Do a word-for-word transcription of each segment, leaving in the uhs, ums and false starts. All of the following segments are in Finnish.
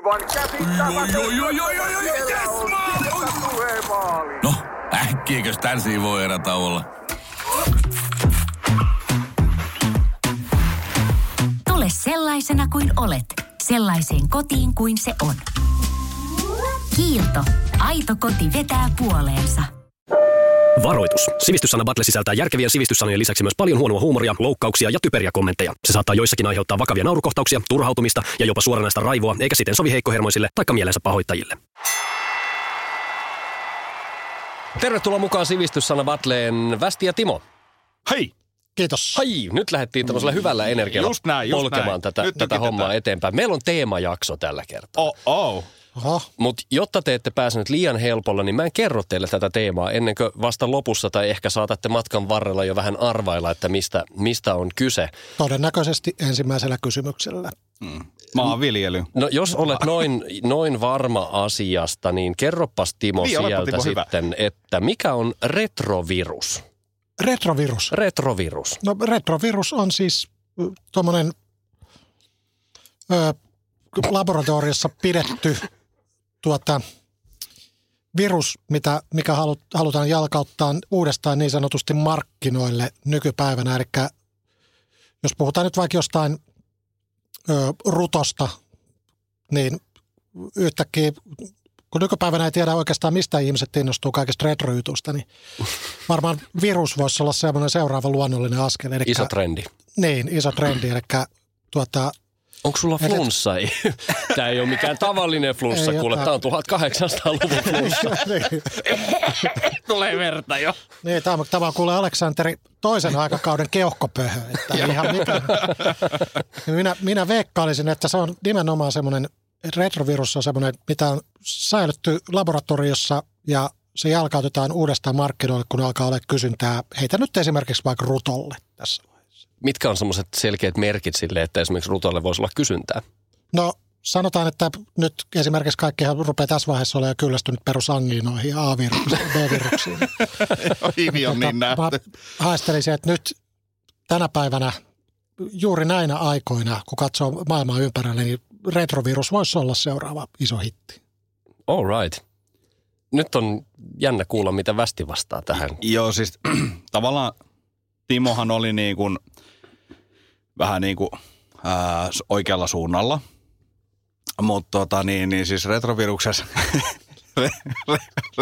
Aivan käsittämätöntä. No, äkkiäkös tän voi erätä olla? Tule sellaisena kuin olet, sellaiseen kotiin kuin se on. Kiilto. Aito koti vetää puoleensa. Varoitus. Sivistyssana Battle sisältää järkevien sivistyssanojen lisäksi myös paljon huonoa huumoria, loukkauksia ja typeriä kommentteja. Se saattaa joissakin aiheuttaa vakavia naurukohtauksia, turhautumista ja jopa suoranaista raivoa, eikä siten sovi heikkohermoisille taikka mielensä pahoittajille. Tervetuloa mukaan Sivistyssana Battleen Västi ja Timo. Hei! Kiitos. Hai, nyt lähdettiin tämmöisellä hyvällä energialla just näin, just polkemaan näin. tätä, tätä hommaa eteenpäin. Meillä on teemajakso tällä kertaa. Oh, oh. Mutta jotta te ette pääsenyt liian helpolla, niin mä en kerro teille tätä teemaa ennen kuin vasta lopussa tai ehkä saatatte matkan varrella jo vähän arvailla, että mistä, mistä on kyse. Todennäköisesti ensimmäisellä kysymyksellä. Mm. Maanviljely. No jos olet noin, noin varma asiasta, niin kerropas Timo niin, sieltä Timo, sitten, hyvä. Että mikä on retrovirus? Retrovirus? Retrovirus. No retrovirus on siis tuommoinen laboratoriossa pidetty tuota, virus, mitä, mikä halut, halutaan jalkauttaa uudestaan niin sanotusti markkinoille nykypäivänä. Eli jos puhutaan nyt vaikka jostain ö, rutosta, niin yhtäkkiä, kun nykypäivänä ei tiedä oikeastaan mistä ihmiset innostuu kaikesta retrojutusta, niin varmaan virus voisi olla sellainen seuraava luonnollinen askel. Elikkä, iso trendi. Niin, iso trendi. Eli tuota... Onko sulla flunssa? Tämä ei ole mikään tavallinen flunssa, kuule. Tämä on tuhatkahdeksansataaluvun flunssa. niin. Tulee verta jo. Niin, tämä on, tämä on kuule Aleksanteri toisen aikakauden keuhkopöhö. Että ihan mikä... minä, minä veikkailisin, että se on nimenomaan semmoinen, retrovirus on semmoinen, mitä on säilytty laboratoriossa ja se jalkautetaan uudestaan markkinoille, kun alkaa olla kysyntää. Heitä nyt esimerkiksi vaikka rutolle tässä. Mitkä on semmoiset selkeät merkit sille, että esimerkiksi rutolle voisi olla kysyntää? No sanotaan, että nyt esimerkiksi kaikkihan rupeaa tässä vaiheessa olemaan kyllästynyt perusangiinoihin, A-viruksiin, B-viruksiin. Hivi on niin nähty. Haistelisin, että nyt tänä päivänä, juuri näinä aikoina, kun katsoo maailmaa ympärillä, niin retrovirus voisi olla seuraava iso hitti. All right. Nyt on jännä kuulla, mitä Västi vastaa tähän. Joo, siis tavallaan Timohan oli niin kuin, vähän niin kuin ää, oikealla suunnalla, mutta tota, niin, niin siis retroviruksessa, re, re, re,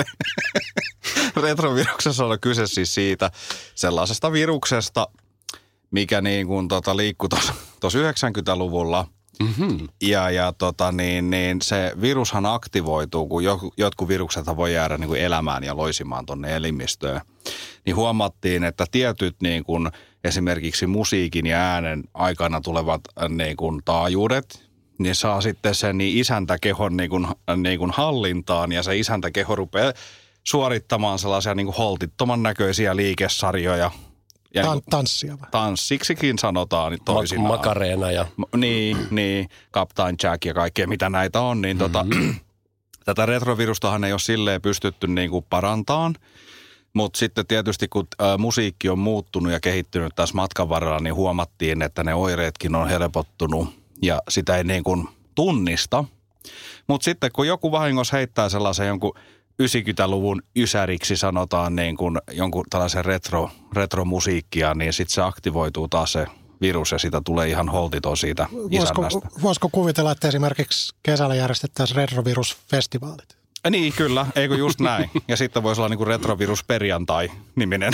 retroviruksessa on kyse siis siitä sellaisesta viruksesta, mikä niin kuin tota, liikkui tuossa yhdeksänkymmentäluvulla. Mm-hmm. Ja, ja tota, niin, niin se virushan aktivoituu, kun jotkut virukset voi jäädä niin kuin elämään ja loisimaan tuonne elimistöön. Niin huomattiin, että tietyt niin kuin esimerkiksi musiikin ja äänen aikana tulevat niin kuin taajuudet, niin saa sitten sen niin isäntäkehon niin kuin, niin kuin hallintaan ja se isäntäkeho rupeaa suorittamaan sellaisia niin kuin holtittoman näköisiä liikesarjoja. Ja Tan, tanssia vai? Tanssiksikin sanotaan toisinaan. Makareena ja... Niin, niin, Captain Jack ja kaikkea mitä näitä on, niin mm-hmm. tota, tätä retrovirustahan ei ole silleen pystytty niin kuin parantamaan. Mutta sitten tietysti kun ä, musiikki on muuttunut ja kehittynyt tässä matkan varrella, niin huomattiin, että ne oireetkin on helpottunut ja sitä ei niin kuin tunnista. Mutta sitten kun joku vahingossa heittää sellaisen jonkun yhdeksänkymmentäluvun ysäriksi sanotaan niin kuin jonkun tällaisen retro, retromusiikkia, niin sitten se aktivoituu taas se virus ja sitä tulee ihan holtiton siitä isännästä. Voisiko, voisiko kuvitella, että esimerkiksi kesällä järjestettäisiin retrovirusfestivaalit? Niin, kyllä. Eikö just näin. Ja sitten voisi olla niin kuin retrovirusperjantai-niminen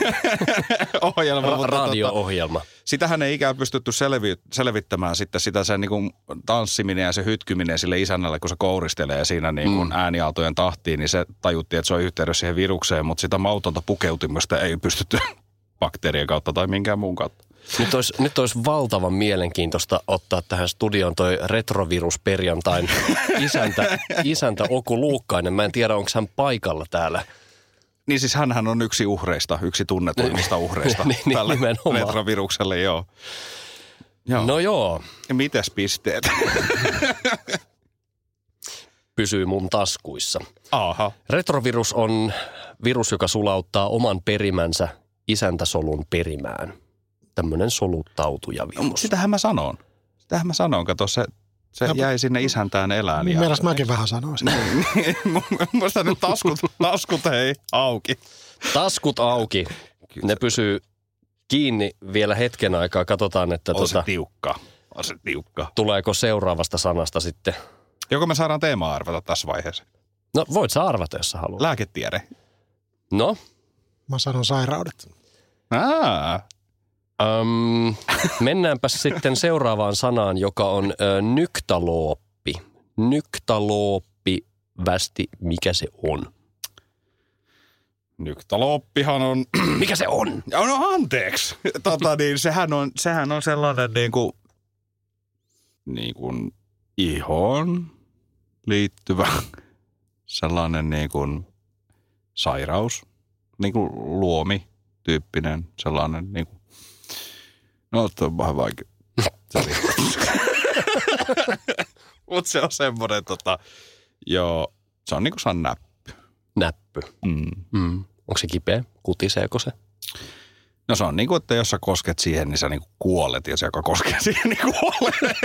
ohjelma. Ra- radio-ohjelma. Sitähän ei ikään pystytty selvi- selvittämään sitten sitä se niin kuin tanssiminen ja se hytkyminen sille isännälle, kun se kouristelee siinä niin kuin mm. ääniaaltojen tahtiin, niin se tajuttiin, että se on yhteydessä siihen virukseen, mutta sitä mautonta pukeutumista ei pystytty bakteerien kautta tai minkään muun kautta. Nyt olisi, nyt olisi valtavan mielenkiintoista ottaa tähän studioon toi retrovirusperjantain isäntä, isäntä Oku Luukkainen. Mä en tiedä, onko hän paikalla täällä. Niin siis hänhän on yksi uhreista, yksi tunnetuimmista uhreista niin, niin, tälle nimenomaan. retrovirukselle, joo. joo. No joo. Ja mites pisteet? Pysyy mun taskuissa. Aha. Retrovirus on virus, joka sulauttaa oman perimänsä isäntäsolun perimään. Tämmöinen soluttautuja virus. No, sitähän mä sanon. Sitähän mä sanon. Kato, se Se no, jäi sinne isäntään elään. Mielestäni mäkin vähän sanoisin. Muista nyt taskut, taskut hei, auki. Taskut auki. Ne pysyy kiinni vielä hetken aikaa. Katsotaan, että on tuota, se tiukka. On se tiukka. Tuleeko seuraavasta sanasta sitten. Joko me saadaan teemaa arvata tässä vaiheessa? No voit sä arvata, jos sä haluat. Lääketiede. No? Mä sanon sairaudet. Aa. Öm, mennäänpä sitten seuraavaan sanaan, joka on ö, nyktalooppi. Nyktalooppi, västi, mikä se on? Nyktalooppihan on... Mikä se on? No anteeksi. Tota, niin, sehän, on, sehän on sellainen niin kuin, niin kuin ihoon liittyvä sellainen niin kuin sairaus. Niin kuin luomi-tyyppinen sellainen niin kuin. No, tuo on vähän vaikea. Mutta se on semmoinen, tota, joo, se on niin kuin se on näppy. Näppy. Mm. Mm. Onko se kipeä? Kutiseeko se? No se on niin kuin, että jos sä kosket siihen, niin sä niin kuin kuolet, ja se, joka koskee siihen, niin kuolee.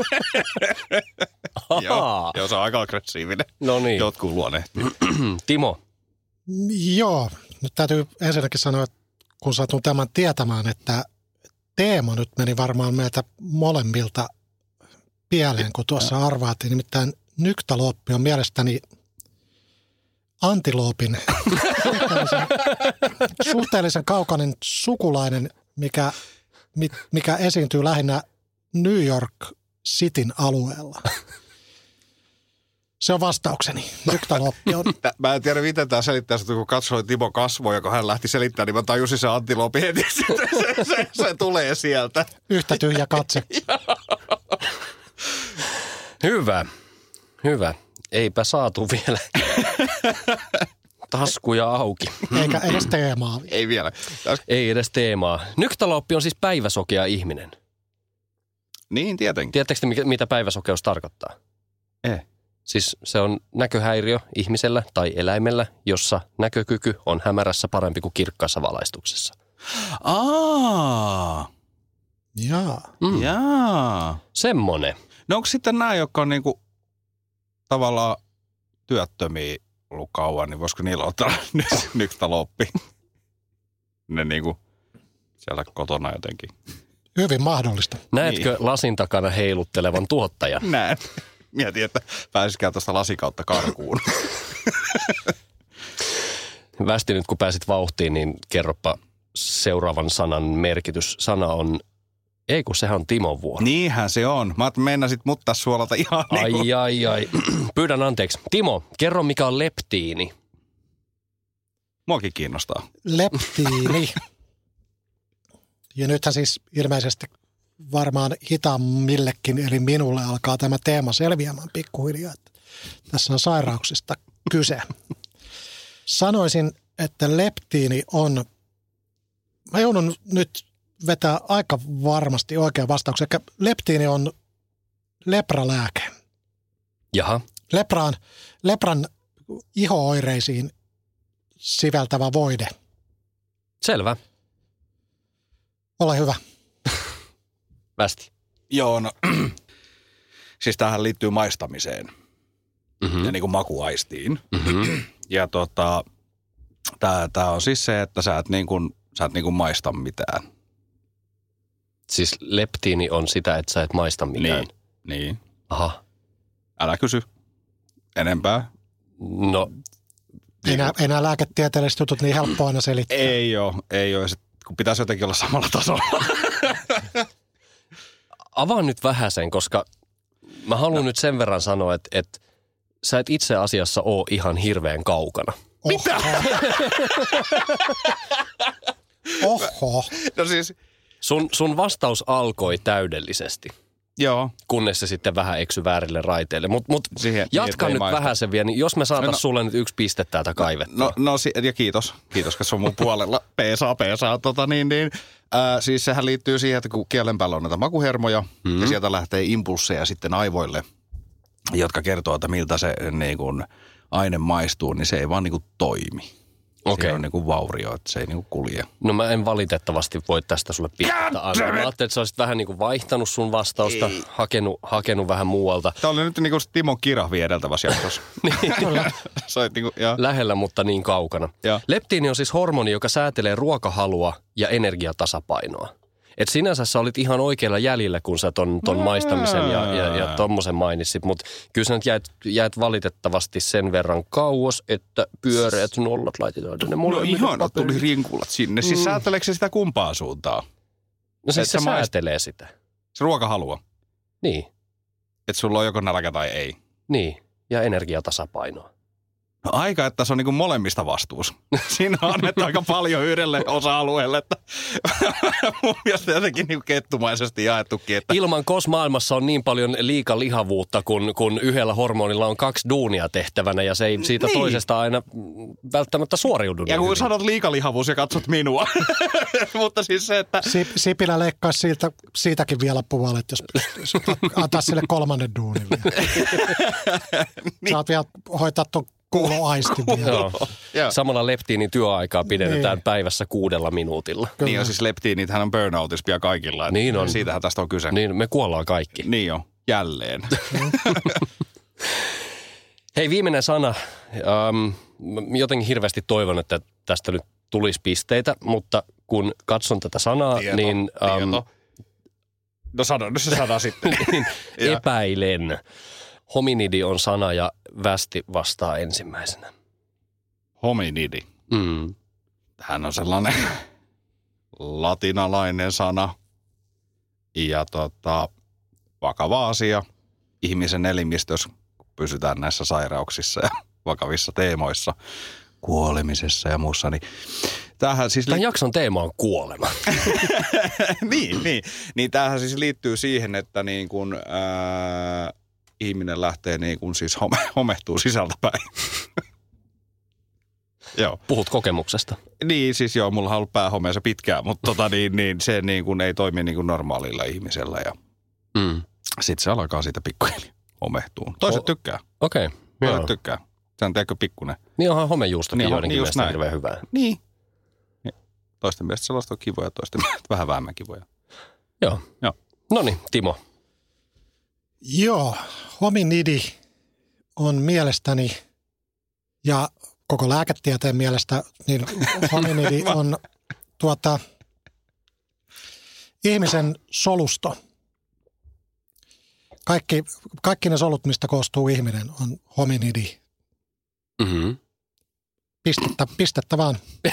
joo, joo, se on aika aggressiivinen. No niin. Jotkut luonehtii. Timo. Joo, nyt täytyy ensinnäkin sanoa, että kun satun tämän tietämään, että teema nyt meni varmaan meiltä molemmilta pieleen, kun tuossa arvaatiin. Nimittäin nyktalooppi on mielestäni antiloopin suhteellisen, suhteellisen kaukainen sukulainen, mikä, mikä esiintyy lähinnä New York Cityn alueella. Se on vastaukseni. Nyktalooppi on. Mä en tiedä, miten tämä selittää, kun katsoin Timo kasvoja, kun hän lähti selittämään, niin mä tajusin se antiloopi heti. Se, se, se, se tulee sieltä. Yhtä tyhjä katse. Hyvä. Hyvä. Eipä saatu vielä taskuja auki. Eikä edes teemaa. Ei vielä. Ei edes teemaa. Nyktalooppi on siis päiväsokea ihminen. Niin, tietenkin. Tiedättekö te, mitä päiväsokeus tarkoittaa? Ei. Siis se on näköhäiriö ihmisellä tai eläimellä, jossa näkökyky on hämärässä parempi kuin kirkkaassa valaistuksessa. Aa. Jaa. Mm. Jaa. Semmonen. No onko sitten nämä, jotka on niinku tavallaan työttömiä ollut kauan, niin voisiko niillä ottaa nyktalooppi? Ne niinku siellä kotona jotenkin. Hyvin mahdollista. Näetkö niin. lasin takana heiluttelevan tuottajan? Näen. Mietin, että pääsisikään tuosta lasikautta karkuun. Västi nyt kun pääsit vauhtiin, niin kerropa seuraavan sanan merkitys. Sana on, ei kun sehän on Timon vuoro. Niinhän se on. Mä meinasit mutta suolata ihan ai, niin kuin. ai, ai. Pyydän anteeksi. Timo, kerro mikä on leptiini. Muakin kiinnostaa. Leptiini. Ja nythän siis ilmeisesti varmaan hitaammillekin, eli minulle alkaa tämä teema selviämään pikkuhiljaa. Tässä on sairauksista kyse. Sanoisin, että leptiini on, mä joudun nyt vetää aika varmasti oikean vastauksen. Leptiini on lepralääke. Jaha. Lepraan, lepran iho-oireisiin siveltävä voide. Selvä. Ole hyvä. Västi. Joo, no siis tämähän liittyy maistamiseen Mm-hmm. ja niin kuin makuaistiin. Mm-hmm. Ja tota, tää, tää on siis se, että sä et niin kuin, sä et niin kuin maista mitään. Siis leptiini on sitä, että sä et maista mitään. Niin, niin. Aha. Älä kysy enempää. No. Ei nämä, ei nämä lääketieteelliset jutut niin helppo aina selittää. Ei ole, ei ole. Kun pitäisi jotenkin olla samalla tasolla. Avaa nyt vähän sen, koska mä haluan no. nyt sen verran sanoa, että, että sä et itse asiassa ole ihan hirveän kaukana. Mitä? Oho. No siis. Sun, sun vastaus alkoi täydellisesti. Joo. Kunnes se sitten vähän eksy väärille raiteille. Mutta mut jatka niin, nyt vähän sen vielä, niin jos me saataisiin no, sulle nyt yksi piste täältä kaivettua. No, no ja kiitos. Kiitos, kun se on mun puolella. Peesaa, peesaa. Tota, niin, niin. Äh, siis sehän liittyy siihen, että kun kielen päällä on näitä makuhermoja, mm-hmm. ja sieltä lähtee impulsseja sitten aivoille, jotka kertoo, että miltä se niin kun, aine maistuu, niin se ei vaan niin kun, toimi. Okei. Siinä on niinku vaurio, että se ei niinku kulje. No mä en valitettavasti voi tästä sulle pistettä antaa. Mä ajattelin, että sä olisit vähän niinku vaihtanut sun vastausta, hakenut, hakenut vähän muualta. Tämä oli nyt niinku Timon kirahvi edeltävässä jaksossa. Niin. Soit niinku, ja. Lähellä, mutta niin kaukana. Ja. Leptiini on siis hormoni, joka säätelee ruokahalua ja energiatasapainoa. Et sinänsä sä olit ihan oikealla jäljellä, kun sä ton, ton maistamisen ja, ja, ja tommosen mainitsit, mutta kyllä sä nyt jäät, jäät valitettavasti sen verran kauas, että pyöreät nollat laitetaan tänne. No ihana, tuli rinkulat sinne. Siis mm. sääteleekö se sitä kumpaan suuntaan? No siis se maist... säätelee sitä. Se ruokahalua? Niin. Että sulla on joko nälkä tai ei? Niin, ja energiatasapainoa. No aika, että se on niinku molemmista vastuus. Siinä on annettu aika paljon yhdelle osa-alueelle, että mun mielestä jotenkin niinku kettumaisesti jaettukin. Että... Ilman kosmaailmassa on niin paljon liikalihavuutta, kun, kun yhdellä hormonilla on kaksi duunia tehtävänä ja se ei siitä niin. toisesta aina välttämättä suoriudu. Ja kun hyvin. sanot liikalihavuus ja katsot minua. Mutta siis se, että... Sip, Sipilä leikkaisi siitä, siitäkin vielä puolet, jos pystyisi. Antaa sille kolmannen duunin vielä. niin. Saat vielä hoitaa tuon kuuloaistimia. Joo. Samalla leptiinin työaikaa pidetään niin. päivässä kuudella minuutilla. Kyllä. Niin on siis leptiinithän on burnoutis pian kaikilla. Niin on. Siitähän tästä on kyse. Niin, me kuollaan kaikki. Niin on, jälleen. Hei, viimeinen sana. Um, jotenkin hirveästi toivon, että tästä nyt tulisi pisteitä, mutta kun katson tätä sanaa, tieto, niin... Um, tieto. No sano nyt se sana sitten. niin epäilen. Hominidi on sana ja västi vastaa ensimmäisenä. Hominidi. Mm. Hän on sellainen latinalainen sana ja tota, vakava asia ihmisen elimistössä, kun pysytään näissä sairauksissa ja vakavissa teemoissa, kuolemisessa ja muussa. Niin tämähän siis Tämän li- jakson teema on kuolema. niin, niin, niin tämähän siis liittyy siihen, että niin kun, ää, ihminen lähtee niin kuin siis home, homehtuu sisältäpäin. Joo. Puhut kokemuksesta. Niin, siis joo, mulla on ollut päähomeessa pitkään, mutta tota, niin, niin, se niin kuin ei toimi niin kuin normaalilla ihmisellä. Ja mm. sitten se alkaa siitä pikkuhiljaa homehtuun. Toiset o- tykkää. Okei. Okay. Toiset tykkää. Se on teekö pikkunen. Niin onhan homejuustokin niin, joidenkin niin mielestä näin. hirveän hyvää. Niin. Toisten mielestä sellaista on kivoja, toisten mielestä vähän vähemmän kivoja. Joo. Joo. Noniin, Timo. Joo, hominidi on mielestäni ja koko lääketieteen mielestä, niin hominidi on tuota, ihmisen solusto. Kaikki, kaikki ne solut, mistä koostuu ihminen, on hominidi. Mm-hmm. Pistettä, pistettä vaan.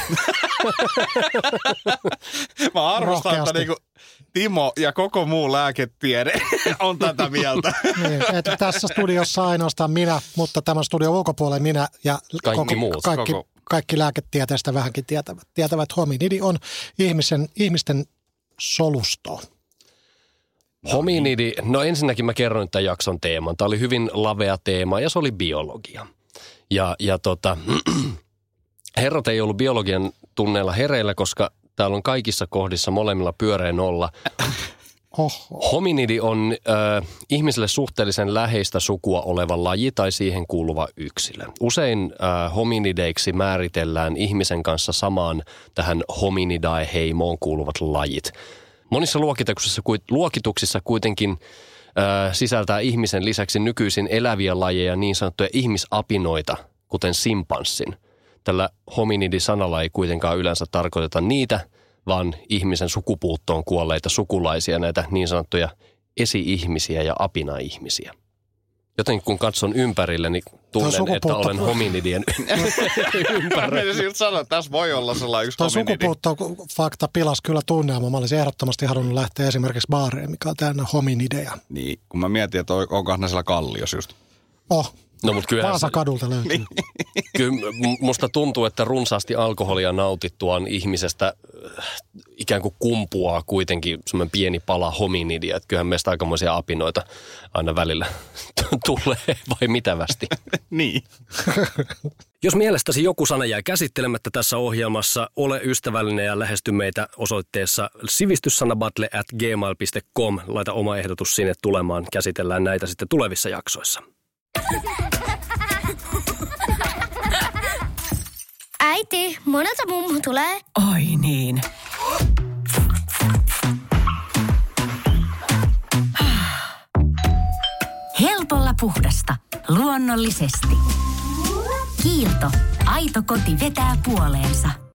Mä arvostan, Rohkeasti. että niinku Timo ja koko muu lääketiede on tätä mieltä. Niin, että tässä studiossa ainoastaan minä, mutta tämän studion ulkopuolella minä ja Kaikki koko, muut. Kaikki, Koko. kaikki lääketieteestä vähänkin tietävät, tietävät, että hominidi on ihmisen, ihmisten solusto. Hominidi, no ensinnäkin mä kerroin tämän jakson teeman. Tämä oli hyvin lavea teema ja se oli biologia. Ja, ja tota, herrat ei ollut biologian tunneilla hereillä, koska täällä on kaikissa kohdissa molemmilla pyöreä nolla. Oho. Hominidi on äh, ihmiselle suhteellisen läheistä sukua oleva laji tai siihen kuuluva yksilö. Usein äh, hominideiksi määritellään ihmisen kanssa samaan tähän hominidae-heimoon kuuluvat lajit. Monissa luokituksissa, luokituksissa kuitenkin äh, sisältää ihmisen lisäksi nykyisin eläviä lajeja, niin sanottuja ihmisapinoita, kuten simpanssin. Tällä hominidi-sanalla ei kuitenkaan yleensä tarkoiteta niitä, vaan ihmisen sukupuuttoon kuolleita sukulaisia, näitä niin sanottuja esi-ihmisiä ja apina-ihmisiä. Joten kun katson ympärille, niin tunnen, että olen hominidien ympärillä. Mä siltä sanoa, että tässä voi olla sellainen yksi Tuo hominidi. sukupuutto-fakta pilasi kyllä tunnelma. Mä olisin ehdottomasti halunnut lähteä esimerkiksi baareen, mikä on täynnä hominideja. Niin, kun mä mietin, että onkohan ne siellä Kallios just. Oh, No, mutta kyllä, Vaasakadulta löytyy. kyllä musta tuntuu, että runsaasti alkoholia nautittuaan ihmisestä äh, ikään kuin kumpuaa kuitenkin semmoinen pieni pala hominidia. Että kyllähän meistä aikamoisia apinoita aina välillä tulee, vai mitä västi? Niin. Jos mielestäsi joku sana jäi käsittelemättä tässä ohjelmassa, ole ystävällinen ja lähesty meitä osoitteessa sivistyssanabattle at gmail piste com. Laita oma ehdotus sinne tulemaan. Käsitellään näitä sitten tulevissa jaksoissa. Äiti, monelta mummu tulee. Oi niin. Helpolla puhdasta. Luonnollisesti. Kiilto. Aito koti vetää puoleensa.